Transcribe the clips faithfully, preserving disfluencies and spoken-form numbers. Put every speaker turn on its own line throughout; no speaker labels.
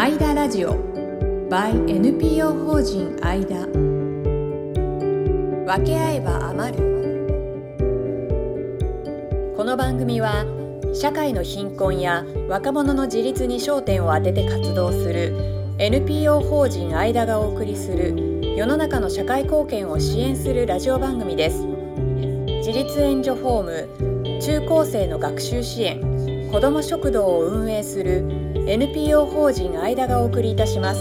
アイダラジオ by エヌピーオー 法人アイダ。分け合えば余る。この番組は社会の貧困や若者の自立に焦点を当てて活動する エヌピーオー 法人アイダがお送りする世の中の社会貢献を支援するラジオ番組です。自立援助フォーム、中高生の学習支援、子ども食堂を運営する エヌピーオー 法人アイダがお送りいたします。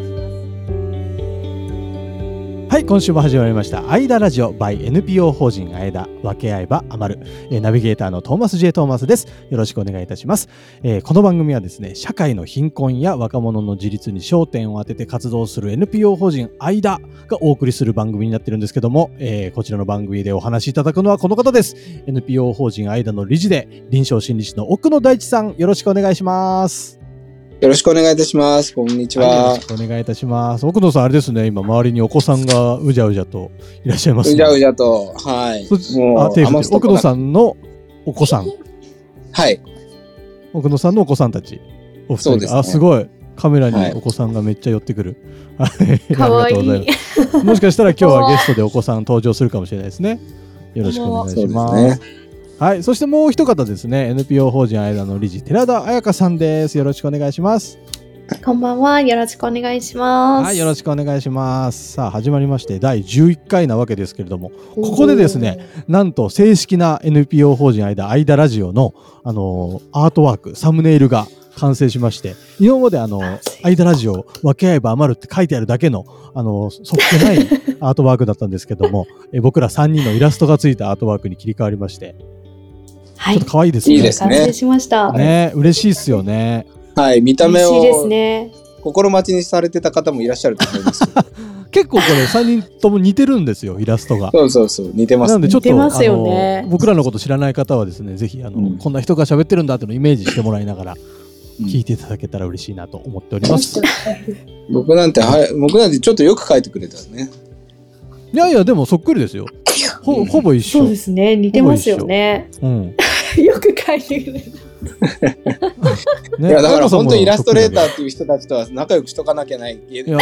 はい、今週も始まりましたアイダラジオ by エヌピーオー 法人アイダ、分け合えば余る、えー、ナビゲーターのトーマス J トーマスです。よろしくお願いいたします。えー、この番組はですね、社会の貧困や若者の自立に焦点を当てて活動する エヌピーオー 法人アイダがお送りする番組になってるんですけども、えー、こちらの番組でお話しいただくのはこの方です。 エヌピーオー 法人アイダの理事で臨床心理士の奥野大地さん、よろしくお願いします。
よろしくお願いいたします。こんにちは。
はい、よろしくお願いいたします。奥野さん、あれですね、今周りにお子さんがうじゃうじゃといらっしゃいますね。
うじゃうじゃと、はい。
もうあ手振って奥野さんのお子さん。
はい。
奥野さんのお子さんたち。お二人。
そうですね。
あ、すごい。カメラにお子さんがめっちゃ寄ってくる。
はい、かわいい。ありがとうござい
ます。もしかしたら今日はゲストでお子さん登場するかもしれないですね。よろしくお願いします。そうですね。はい。そしてもう一方ですね、エヌピーオー 法人アイダの理事、寺田彩香さんです。よろしくお願いします。
こんばんは。よろしくお願いします。
はい、よろしくお願いします。さあ、始まりましてだいじゅういっかいなわけですけれども、ここでですね、なんと正式な エヌピーオー 法人アイダ、アイダラジオの、あのー、アートワーク、サムネイルが完成しまして、今まであのアイダラジオ分け合えば余るって書いてあるだけの、あのそっけないアートワークだったんですけども、え僕らさんにんのイラストがついたアートワークに切り替わりまして、はい、ちょっと可愛いですね。
いいですね。
完成しました。
ね、嬉しいですよね。
はい、見た目を
ですね、
心待ちにされてた方もいらっしゃると思います
結構これさんにんとも似てるんですよ、イラストが。
そうそうそう、似てます、ね、
なのでちょっと
似てますよね。
僕らのこと知らない方はですね、ぜひあの、うん、こんな人が喋ってるんだっていうのをイメージしてもらいながら聞いていただけたら嬉しいなと思っております、うん、
僕なんて、はい、僕なんてちょっとよく描いてくれたね。
いやいや、でもそっくりですよ。 ほ, ほぼ一緒。
そうですね、似てますよね。うん、よく描いてくれた
ね、いやだから本当にイラストレーターっていう人たちとは仲良くしとかなきゃない。いや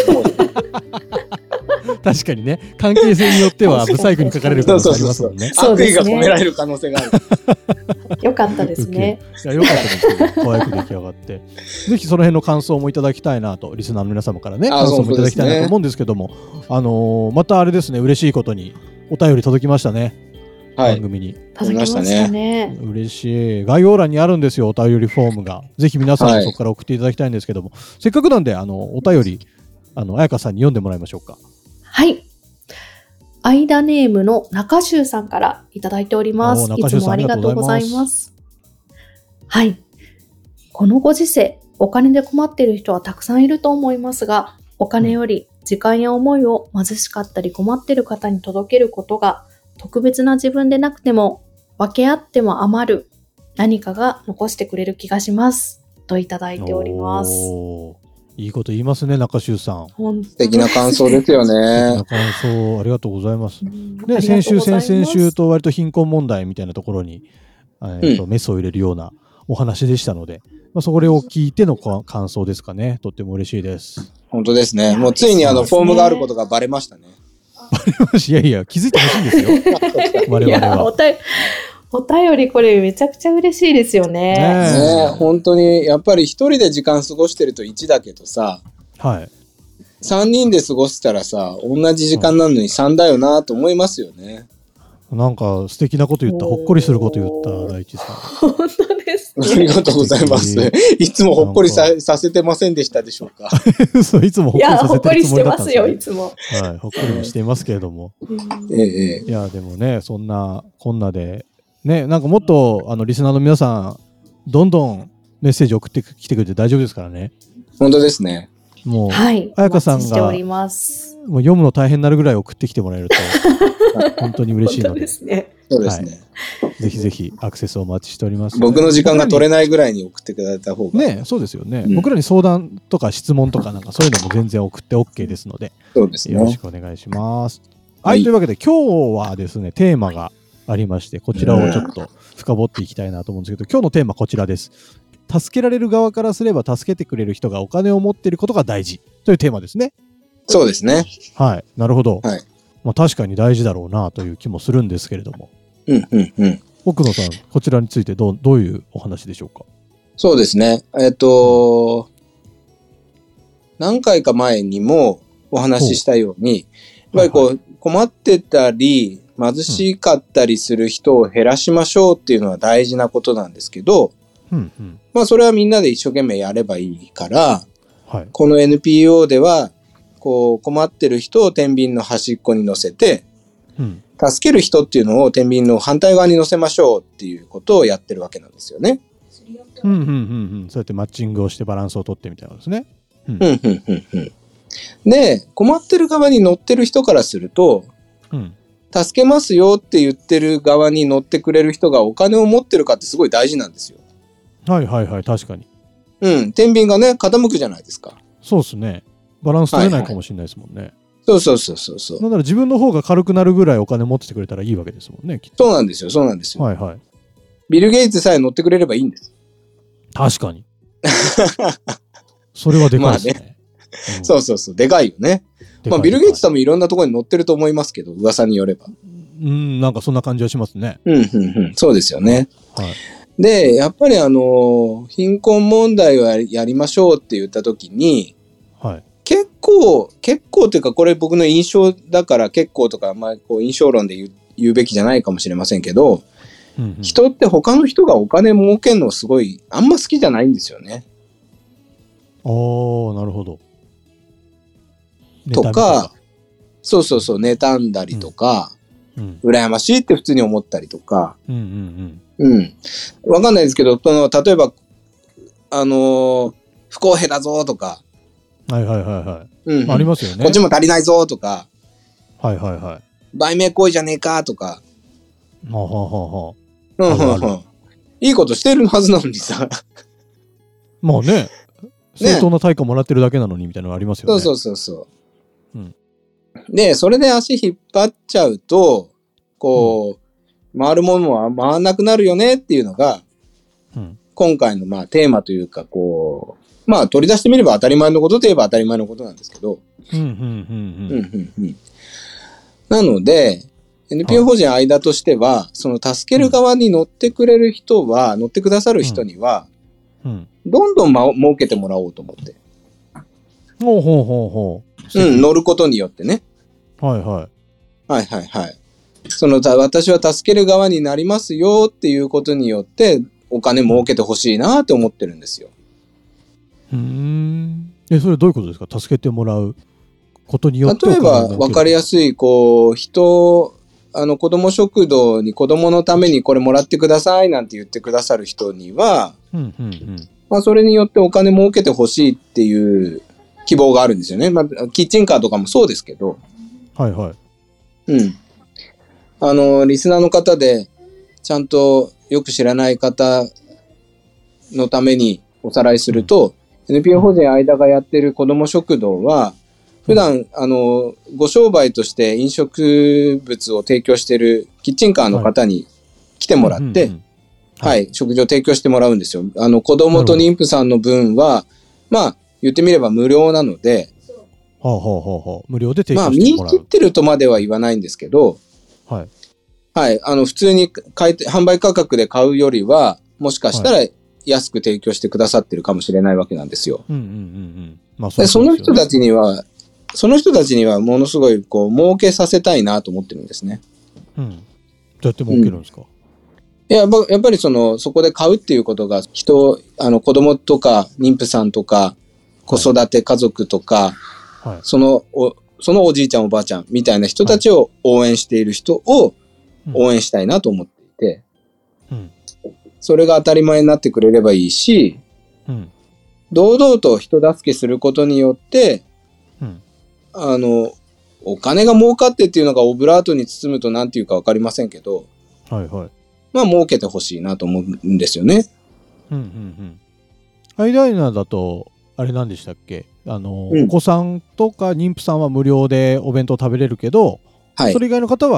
確かにね、関係性によってはブサイクに書かれる可能性ありますもんね。
悪意が込められる可能性がある。
よかったですね。
いや、よかったですよ。可愛く出来上がって。ぜひその辺の感想もいただきたいなと、リスナーの皆様からね、感想もいただきたいなと思うんですけども、あのー、またあれですね、嬉しいことにお便り届きましたね。はい、番組に
届きましたね。
嬉しい。概要欄にあるんですよ、お便りフォームが。ぜひ皆さんそこから送っていただきたいんですけども、はい、せっかくなんであのお便り、あの彩香さんに読んでもらいましょうか。
はい。アイダネームの中修さんからいただいております。いつもありがとうございます。はい。このご時世、お金で困っている人はたくさんいると思いますが、お金より時間や思いを貧しかったり困っている方に届けることが、特別な自分でなくても分け合っても余る何かが残してくれる気がしますといただいております。
いいこと言いますね、中修さん。
素敵な感想ですよね。
素敵な感想、ありがとうございます。ね、先週先々週と割と貧困問題みたいなところに、えーとうん、メスを入れるようなお話でしたので、まあ、それを聞いての感想ですかね。とっても嬉しいです。
本当ですね。もうついにあのフォームがあることがバレましたね。
いやいや、気づいてほしいんですよ我々は。
おたお便りこれめちゃくちゃ嬉しいですよね。
ねえ、本当にやっぱり一人で時間過ごしてるといちだけどさ、はい、さんにんで過ごしたらさ、同じ時間なのにさんだよなと思いますよね。
なんか素敵なこと言った、ほっこりすること言った大地さん。
本当ですね。
ありがとうございます。いつもほっこり さ, させてませんでしたでしょうか。
そういつもほっこりさせてるつもりだったんですよ。
いや、ほっこりしてますよいつも。
はい、ほっこりもしていますけれども。
ええ、
いやでもね、そんなこんなでね、なんかもっとあのリスナーの皆さんどんどんメッセージ送ってきてくれて大丈夫ですからね。
本当ですね。
もう、
はい、
彩香さんが
お待ちしております。
もう読むの大変になるぐらい送ってきてもらえると本当に嬉しいので。
本当ですね。
そうですね、
はい、ぜひぜひアクセスをお待ちしております。
僕の時間が取れないぐらいに送ってくれた方が
ね、そうですよね、うん、僕らに相談とか質問とかなんかそういうのも全然送って OK ですので、
そうですね、
よろしくお願いします。はい、はい、というわけで今日はですね、テーマがありまして、こちらをちょっと深掘っていきたいなと思うんですけど、今日のテーマこちらです。 助けられる側からすれば助けてくれる人がお金を持っていることが大事というテーマですね。
そうですね。
はい、なるほど。
はい、ま
あ、確かに大事だろうなという気もするんですけれども。
うんうんうん。
奥野さん、こちらについてどう、どういうお話でしょうか。
そうですね。えっと、何回か前にもお話ししたように、やっぱりこう、困ってたり、貧しかったりする人を減らしましょうっていうのは大事なことなんですけど、
うんうん、
まあそれはみんなで一生懸命やればいいから、
はい、
この エヌピーオー では、こう困ってる人を天秤の端っこに乗せて、うん、助ける人っていうのを天秤の反対側に乗せましょうっていうことをやってるわけなんですよね。
うんうんうんうん。そうやってマッチングをしてバランスを取ってみたいなことですね。
うんうんうんうん。で、困ってる側に乗ってる人からすると、うん、助けますよって言ってる側に乗ってくれる人がお金を持ってるかってすごい大事なんですよ。
はいはいはい、確かに。
うん、天秤がね、傾くじゃないですか。
そうですね。バランス取れないかもしれないですもんね。はいはい、
そうそうそうそうそう。
だから自分の方が軽くなるぐらいお金持っててくれたらいいわけですもんね。きっと。
そうなんですよ、そうなんですよ。
はいはい。
ビル・ゲイツさえ乗ってくれればいいんです。
確かに。それはでかいですね。まあね、
うん、そうそうそう、でかいよね。まあ、ビル・ゲイツ多分いろんなところに乗ってると思いますけど、噂によれば。
うん、なんかそんな感じはしますね。
うん、うん、うん。そうですよね。はい。で、やっぱりあの、貧困問題をやりましょうって言ったときに、はい。結構、結構っていうか、これ僕の印象だから結構とか、まあ、こう印象論で言う、言うべきじゃないかもしれませんけど、うんうん、人って他の人がお金儲けるのすごい、あんま好きじゃないんですよね。
ああ、なるほど。
とか、そうそうそう、妬んだりとか、うんうん、羨ましいって普通に思ったりとか、うんうんうん。うん。わかんないですけど、その、例えば、あのー、不公平だぞとか、
はいはいはいはい。うん、ありますよね。
こっちも足りないぞとか、
はいはいはい。
売名行為じゃねえかとか、
はははは。
うんうんうん。いいことしてるはずなのにさ。
まあね、正当な対価もらってるだけなのにみたいなのがありますよね。
そうそうそうそう。うん。で、それで足引っ張っちゃうと、こう、うん、回るものは回らなくなるよねっていうのが、うん、今回のまあテーマというか、こう、まあ取り出してみれば当たり前のことといえば当たり前のことなんですけど、うんうんうんうんうんうん。なので、エヌピーオー 法人間としては、その助ける側に乗ってくれる人は、乗ってくださる人には、うんうん、どんどん、ま、儲けてもらおうと思って。
ほうほうほうほ
う。うん、乗ることによってね。
はいはい。
はいはいはい。その、私は助ける側になりますよっていうことによって、お金儲けてほしいなって思ってるんですよ。
うーん。え、それどういうことですか？助けてもらうことによって。
例えば、わかりやすい、こう、人、あの、子供食堂に子供のためにこれもらってくださいなんて言ってくださる人には、うんうんうん、まあ、それによってお金儲けてほしいっていう希望があるんですよね。まあ、キッチンカーとかもそうですけど。
はいはい。
うん。あの、リスナーの方で、ちゃんとよく知らない方のためにおさらいすると、うん、エヌピーオー 法人間がやってる子ども食堂は、普段、うん、あの、ご商売として飲食物を提供しているキッチンカーの方に来てもらって、はい、食事を提供してもらうんですよ。あの、子供と妊婦さんの分は、まあ、言ってみれば無料なので、
はあはあはあ、無料で提供してもらう。
まあ、見切ってるとまでは言わないんですけど、はい。はい。あの、普通に買い、販売価格で買うよりは、もしかしたら安く提供してくださってるかもしれないわけなんですよ。うんうんうんうん。まあ、そうですよね。で、その人たちには、その人たちにはものすごい、こう、儲けさせたいなと思ってるんですね。
うん。どうやって儲けるんですか？うん、
いや、やっぱりその、そこで買うっていうことが、人、あの、子供とか、妊婦さんとか、子育て家族とか、はい、その、お、そのおじいちゃんおばあちゃんみたいな人たちを応援している人を応援したいなと思っていて、うん、それが当たり前になってくれればいいし、うん、堂々と人助けすることによって、うん、あの、お金が儲かってっていうのがオブラートに包むとなんていうかわかりませんけど、
はいはい。
まあ儲けてほしいなと思うんですよね。
うんうんうん。アイダイナーだと、あれなんでしたっけ？あの、うん、お子さんとか妊婦さんは無料でお弁当食べれるけど、はい、それ以外の方は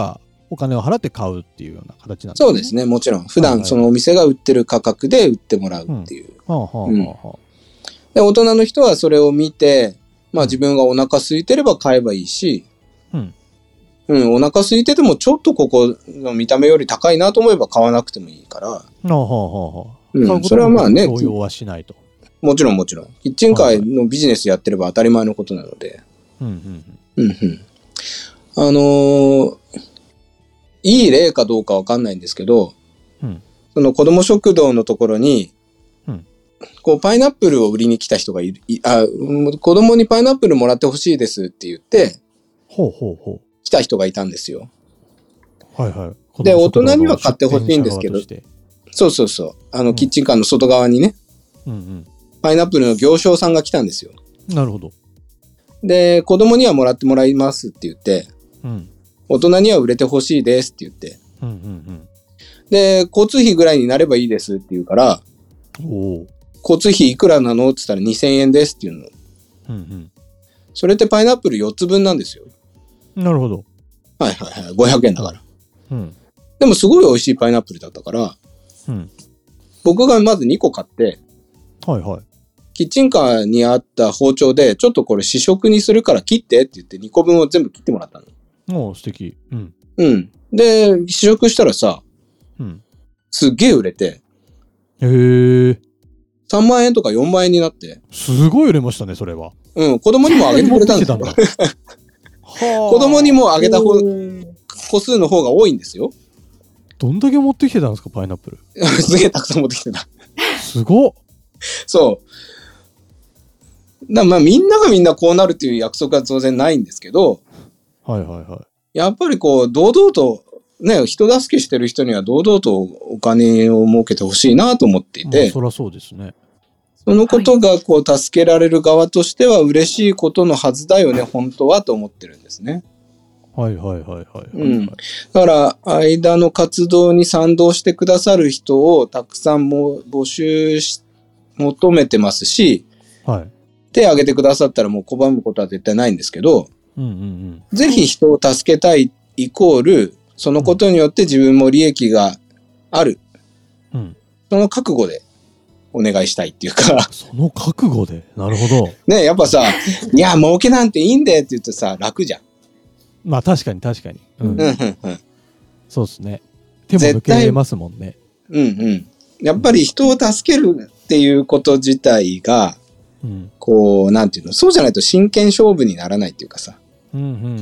お金を払って買うっていうような形なんですね。
そうですね。もちろん。普段そのお店が売ってる価格で売ってもらうっていう。で、大人の人はそれを見て、まあ自分がお腹空いてれば買えばいいし、うん。うん、お腹空いててもちょっとここの見た目より高いなと思えば買わなくてもいいから。はあはあはあ。うん、それはまあね。
動揺はしないと。
もちろんもちろん。キッチンカーのビジネスやってれば当たり前のことなので。うんうんうん。うんうん。あのー、いい例かどうかわかんないんですけど、うん、その子供食堂のところに、うん、こうパイナップルを売りに来た人がいる、あ、子供にパイナップルもらってほしいですって言って、
ほうほうほう。
来た人がいたんですよ。
はいはい。
で、大人には買ってほしいんですけど、そうそうそう。あの、キッチンカーの外側にね、うんうん、パイナップルの行商さんが来たんですよ。
なるほど。
で、子供にはもらってもらいますって言って、うん、大人には売れてほしいですって言って、うんうんうん、で、交通費ぐらいになればいいですって言うから、お交通費いくらなのって言ったらにせんえんですって言うの、うんうん。それってパイナップルよっつぶんなんですよ。
なるほど。
はいはいはい。ごひゃくえんだから。うん、でもすごい美味しいパイナップルだったから、うん、僕がまずにこ買って、はいはい。キッチンカーにあった包丁で、ちょっとこれ試食にするから切ってって言ってにこぶんを全部切ってもらったの。
おー、素敵。うん。
うん。で、試食したらさ、うん、すっげえ売れて。
へー。
さんまんえんとかよんまんえんになって。
すごい売れましたね、それは。
うん、子供にもあげてくれたんですよ。子供にもあげた方、個数の方が多いんですよ。
どんだけ持ってきてたんですか、パイナップル。
すげえたくさん持ってきてた。
すごっ。
そう。だまあみんながみんなこうなるっていう約束は当然ないんですけど、はいはいはい。やっぱりこう堂々とね、人助けしてる人には堂々とお金を儲けてほしいなと思っていて、まあ、
そりゃそうですね。
そのことがこう助けられる側としては嬉しいことのはずだよね、本当はと思ってるんですね。
はいはいはいはい、はい。
うん。だから間の活動に賛同してくださる人をたくさんも募集し求めてますし、はい。手を挙げてくださったらもう拒むことは絶対ないんですけど、うんうんうん、ぜひ人を助けたいイコール、そのことによって自分も利益がある。うん、その覚悟でお願いしたいっていうか。
その覚悟でなるほど。
ね、やっぱさ、いや、儲けなんていいんだよって言うとさ、楽じゃん。
まあ確かに確かに。うんうんうん、そうですね。手も抜けれますもんね。
うんうん。やっぱり人を助けるっていうこと自体が、うん、こう、なんていうの、そうじゃないと真剣勝負にならないっていうかさ。
うんうんうんうん。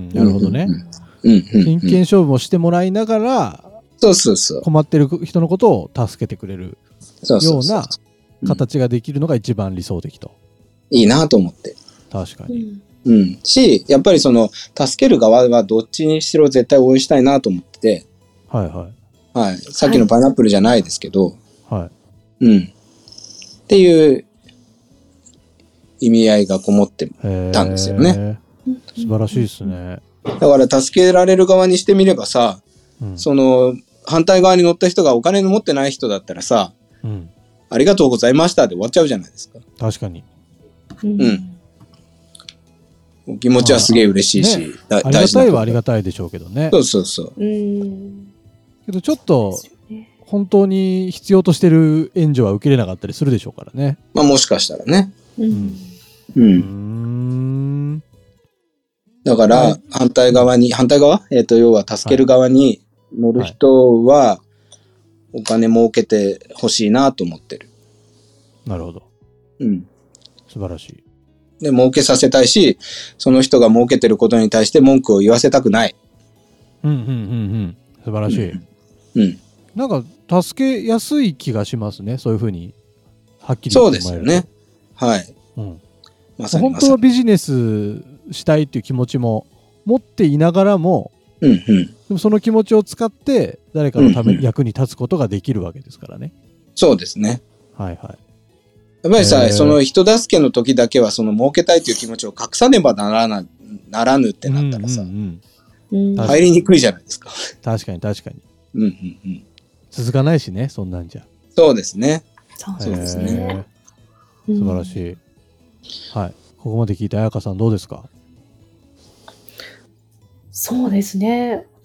なるほどね。うんうんうん、真剣勝負をしてもらいながら、
そうそうそう。
困ってる人のことを助けてくれるような形ができるのが一番理想的と。
いいなと思って。
確かに。
うん。し、やっぱりその、助ける側はどっちにしろ絶対応援したいなと思ってて。はいはい。はい。さっきのパイナップルじゃないですけど。はい。うん。っていう意味合いがこもってたんですよね。
素晴らしいですね。
だから助けられる側にしてみればさ、うん、その反対側に乗った人がお金の持ってない人だったらさ、うん、ありがとうございましたで終わっちゃうじゃないですか。
確かに。
うん。お気持ちはすげえ嬉しいし、
ね、ありがたいはありがたいでしょうけどね。
そうそうそう。
うんけどちょっと本当に必要としてる援助は受けれなかったりするでしょうからね。
まあもしかしたらね。うん。うん。うんだから、反対側に、反対側えっと、要は助ける側に乗る人は、お金儲けてほしいなと思ってる。
なるほど。うん。素晴らしい。
で、儲けさせたいし、その人が儲けてることに対して文句を言わせたくない。
うん、うん、うん、うん。素晴らしい。うん。うん、なんか、助けやすい気がしますね。そういうふうに、はっきり言ってもらえると。そうですよね。はい。うん。まさにまさに。本当はビジネスしたいっていう気持ちも持っていながらも、うんうん、でもその気持ちを使って誰かのため、うんうん、役に立つことができるわけですからね。
そうですね。
はいはい。
やっぱりさ、その人助けの時だけはその儲けたいという気持ちを隠さねばならな、ならぬってなったらさ、うんうんうん、入りにくいじゃないですか。
確かに確かに。うんうんうん。続かないしね、そんなんじゃ。
そうですね。
そうですね。
素晴らしい。うん、はい。ここまで聞いた彩香さんどうですか？
そうですね。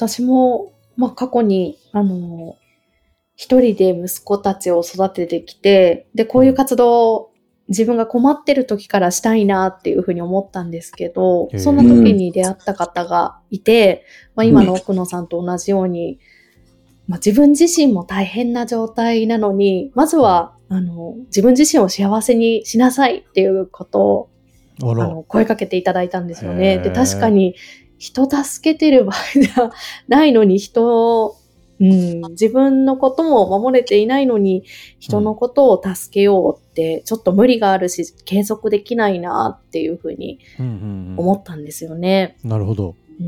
私も、まあ、過去に、あの、一人で息子たちを育ててきて、で、こういう活動を自分が困ってる時からしたいなっていうふうに思ったんですけど、そんな時に出会った方がいて、まあ、今の奥野さんと同じように、まあ、自分自身も大変な状態なのに、まずは、あの、自分自身を幸せにしなさいっていうことを、あの、声かけていただいたんですよね。で、確かに、人助けてる場合じゃないのに、人を、うん、自分のことも守れていないのに、人のことを助けようって、ちょっと無理があるし、継続できないなっていうふうに思ったんですよね。
うんうんうん、なるほど。
うん、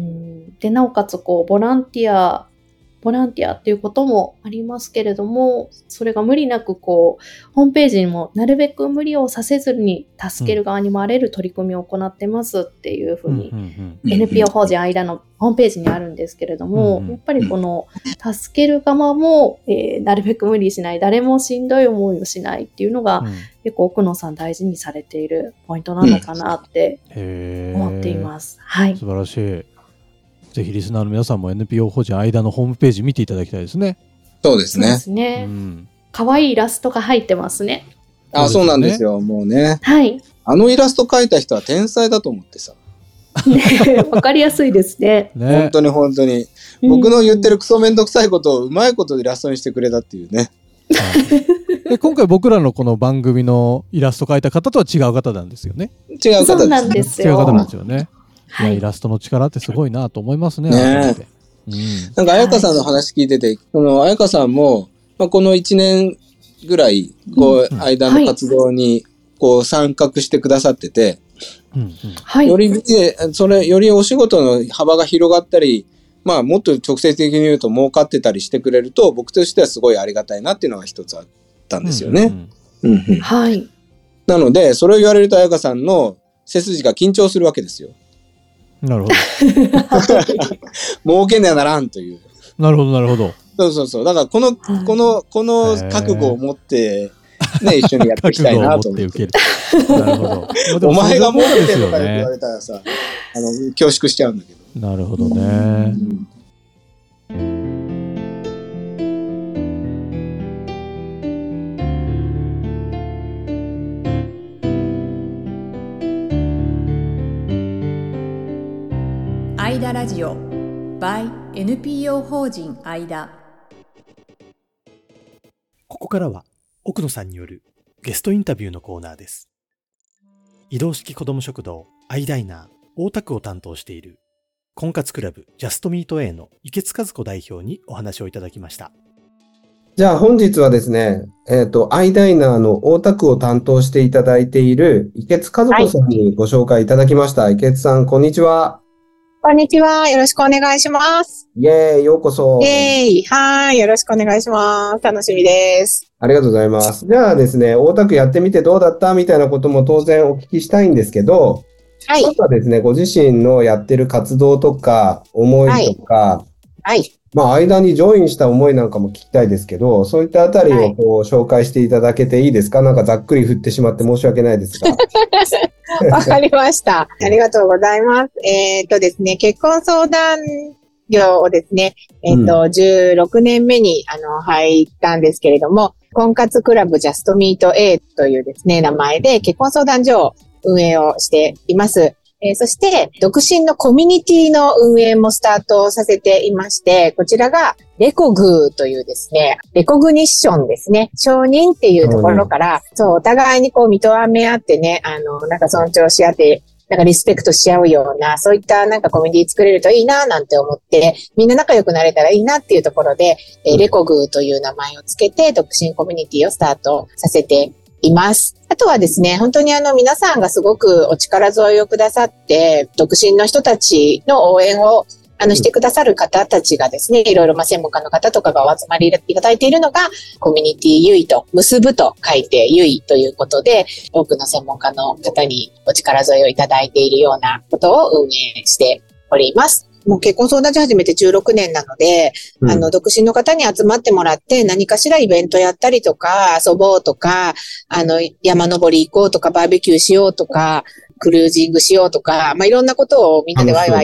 で、なおかつ、こう、ボランティア、ボランティアっていうこともありますけれども、それが無理なくこう、ホームページにもなるべく無理をさせずに助ける側に回れる取り組みを行ってますっていうふうに、エヌピーオー 法人間のホームページにあるんですけれども、やっぱりこの助ける側も、えー、なるべく無理しない、誰もしんどい思いをしないっていうのが、うん、結構奥野さん大事にされているポイントなのかなって思っています。はい。
素晴らしい。ぜひリスナーの皆さんも エヌピーオー 法人間のホームページ見ていただきたいですね。
そうですね。
そうですね。うん、かわいいイラストが入ってますね。
あ、そうなんですよ。もうね。
はい。
あのイラスト描いた人は天才だと思ってさ。
ね、わかりやすいですね。
ね、本当に本当に。僕の言ってるクソめんどくさいことをうまいことでイラストにしてくれたっていうね。
で今回僕らのこの番組のイラスト描いた方とは違う方なんですよね。
違う方です。
そうなんですよ。
違う方なんですよね。はい、イラストの力ってすごいなと思いますね。
ねうん、なんか彩香さんの話聞いてて、この彩香さんも、まあ、このいちねんぐらいこう、うん、間の活動にこう参画してくださってて、はい、よりそれよりお仕事の幅が広がったり、まあもっと直接的に言うと儲かってたりしてくれると、僕としてはすごいありがたいなっていうのが一つあったんですよね。
はい。
なのでそれを言われると彩香さんの背筋が緊張するわけですよ。
なるほど。
儲けねばならんという。
なるほど、なるほど。
そうそうそう。だからこの、この、この覚悟を持って、ね、一緒にやっていきたいなと思って。覚悟を持って受ける。なるほど。お前が儲けてるのかって言われたらさ、あの、恐縮しちゃうんだけど。
なるほどね。うん
アイダラジオ by エヌピーオー 法人アイダ。
ここからは奥野さんによるゲストインタビューのコーナーです。移動式子ども食堂アイダイナー大田区を担当している婚活クラブジャストミート A の池津和子代表にお話をいただきました。
じゃあ本日はですね、えっと、アイダイナーの大田区を担当していただいている池津和子さんにご紹介いただきました。はい、池津さん、こんにちは。
こんにちは。よろしくお願いします。
イェーイ、ようこそ。
イェーイ。はい。よろしくお願いします。楽しみです。
ありがとうございます。じゃあですね、大田区やってみてどうだったみたいなことも当然お聞きしたいんですけど、はい。まずはですね、ご自身のやってる活動とか、思いとか、はい。はい、まあ、間にジョインした思いなんかも聞きたいですけど、そういったあたりをこう紹介していただけていいですか？なんかざっくり振ってしまって申し訳ないですが。
わかりました。ありがとうございます。えっとですね、結婚相談業をですね、えっと、うん、じゅうろくねんめに、あの、入ったんですけれども、婚活クラブジャストミート A というですね、名前で結婚相談所を運営をしています。えー、そして、独身のコミュニティの運営もスタートさせていまして、こちらが、レコグーというですね、レコグニッションですね、承認っていうところから、そう、お互いにこう認め合ってね、あの、なんか尊重し合って、なんかリスペクトし合うような、そういったなんかコミュニティ作れるといいな、なんて思って、みんな仲良くなれたらいいなっていうところで、えー、レコグーという名前をつけて、独身コミュニティをスタートさせています。あとはですね、本当にあの皆さんがすごくお力添えをくださって、独身の人たちの応援をあのしてくださる方たちがですね、いろいろまあ専門家の方とかがお集まりいただいているのが、コミュニティユイと結ぶと書いてユイということで、多くの専門家の方にお力添えをいただいているようなことを運営しております。もう結婚相談所始めてじゅうろくねんなので、うん、あの、独身の方に集まってもらって何かしらイベントやったりとか、遊ぼうとか、あの、山登り行こうとか、バーベキューしようとか、クルージングしようとか、まあ、いろんなことをみんなでワイワイやって、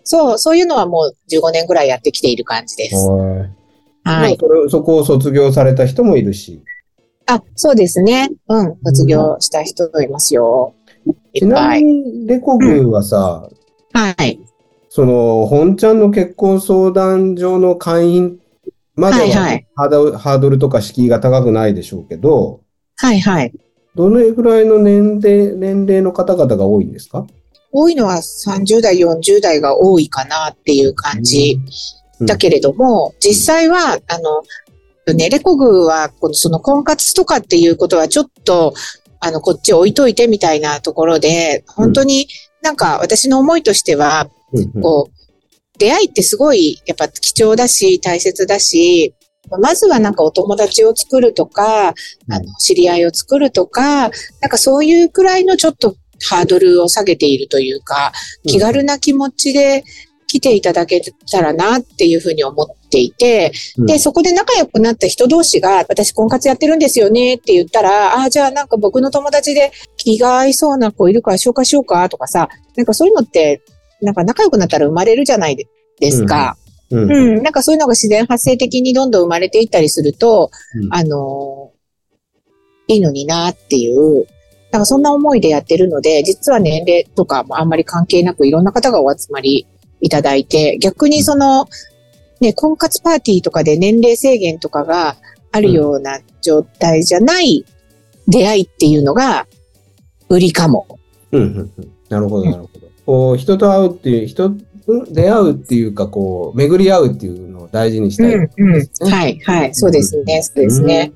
そう、そういうのはもうじゅうごねんぐらいやってきている感じです。
はい。それ、そこを卒業された人もいるし。
あ、そうですね。うん。卒業した人もいますよ。
ちなみに、レコグはさ、
うん、はい。
その、本ちゃんの結婚相談所の会員までは、はいはい、ハードルとか敷居が高くないでしょうけど、
はいはい。
どのぐらいの年齢、年齢の方々が多いんですか？
多いのはさんじゅう代、よんじゅう代が多いかなっていう感じだけれども、うん、実際は、あの、ね、レコグは、その婚活とかっていうことはちょっと、あの、こっち置いといてみたいなところで、本当になんか私の思いとしては、うん、こう、出会いってすごい、やっぱ貴重だし、大切だし、まずはなんかお友達を作るとか、あの、知り合いを作るとか、なんかそういうくらいのちょっとハードルを下げているというか、気軽な気持ちで来ていただけたらなっていうふうに思っていて、で、そこで仲良くなった人同士が、私婚活やってるんですよねって言ったら、ああ、じゃあなんか僕の友達で気が合いそうな子いるから紹介しようかとかさ、なんかそういうのって、なんか仲良くなったら生まれるじゃないですか。うん。うん、なんかそういうのが自然発生的にどんどん生まれていったりすると、うん、あのー、いいのになっていう、なんかそんな思いでやってるので、実は年齢とかもあんまり関係なくいろんな方がお集まりいただいて、逆にその、ね、婚活パーティーとかで年齢制限とかがあるような状態じゃない出会いっていうのが売りかも。
うんうんうん、なるほど、なるほど。こう、人と会うっていう、人、出会うっていうか、こう、巡り合うっていうのを大事にしたい、ね。
うんうん。はい、はい、そうですね、そうですね。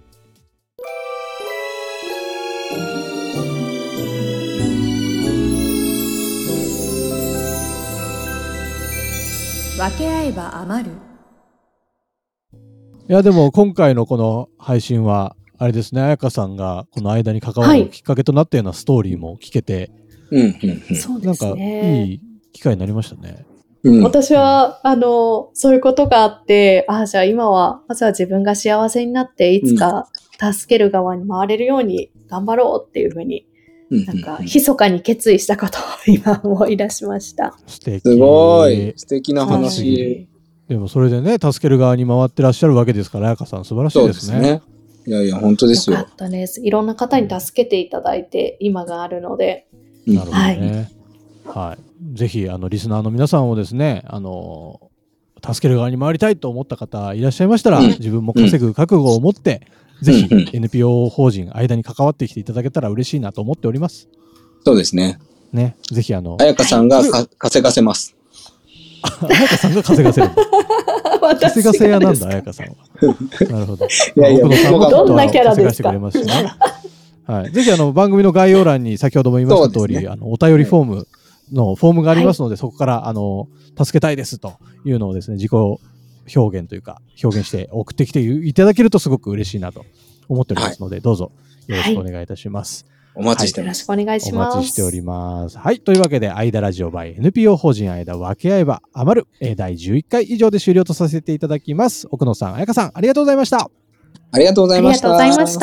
分け合えば余る。
いや、でも今回のこの配信は、あれですね、彩香さんがこの間に関わるきっかけとなったようなストーリーも聞けて、
うんうんうん、そうですね。
なんかいい機会になりましたね。
うん、私は、あの、そういうことがあって、ああ、じゃあ今は、まずは自分が幸せになって、いつか助ける側に回れるように頑張ろうっていうふうに、うん、なんか、密かに決意したことを今思い出しました。
素敵。
すごい。素敵な話。
でもそれでね、助ける側に回ってらっしゃるわけですから、彩香さん素晴らしいですね。そうですね。
いやいや、本当ですよ。
よかったです。いろんな方に助けていただいて、今があるので。
うん、なるほどね。はい。はい、ぜひ、あの、リスナーの皆さんをですね、あの、助ける側に回りたいと思った方いらっしゃいましたら、うん、自分も稼ぐ覚悟を持って、うん、ぜひ エヌピーオー 法人間に関わってきていただけたら嬉しいなと思っております。
そうですね。
ね。ぜひ、あの、
彩香さんがか稼がせます。
彩香さんが稼がせる。稼がせ屋なんだ、彩香さんは。なるほど。
いやいや、
奥野さんも
どんなキャラですか。
ますしね。はい。ぜひ、あの、番組の概要欄に先ほども言いました通り、ね、あの、お便りフォームのフォームがありますので、はい、そこから、あの、助けたいですというのをですね、自己表現というか、表現して送ってきていただけるとすごく嬉しいなと思っておりますので、はい、どうぞよろしくお願いいたします。
はい、お待ちしてます、
はい。よろしくお願いします。
お待ちしております。はい。というわけで、間ラジオ by エヌピーオー 法人間分け合えば余る、えー、だいじゅういっかい以上で終了とさせていただきます。奥野さん、彩香さん、ありがとうございました。
ありがとうございました。
ありがとうございました。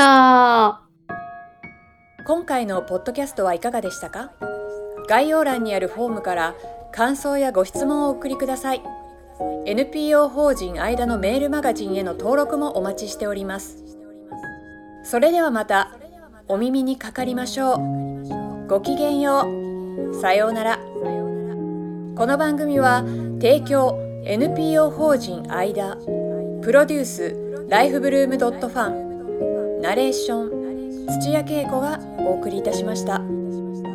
今回のポッドキャストはいかがでしたか？概要欄にあるフォームから感想やご質問をお送りください。エヌピーオー 法人間のメールマガジンへの登録もお待ちしております。それではまたお耳にかかりましょう。ごきげんよう。さようなら。この番組は提供 エヌピーオー 法人間、プロデュースライフブルームドットファン、ナレーション土屋恵子がお送りいたしました。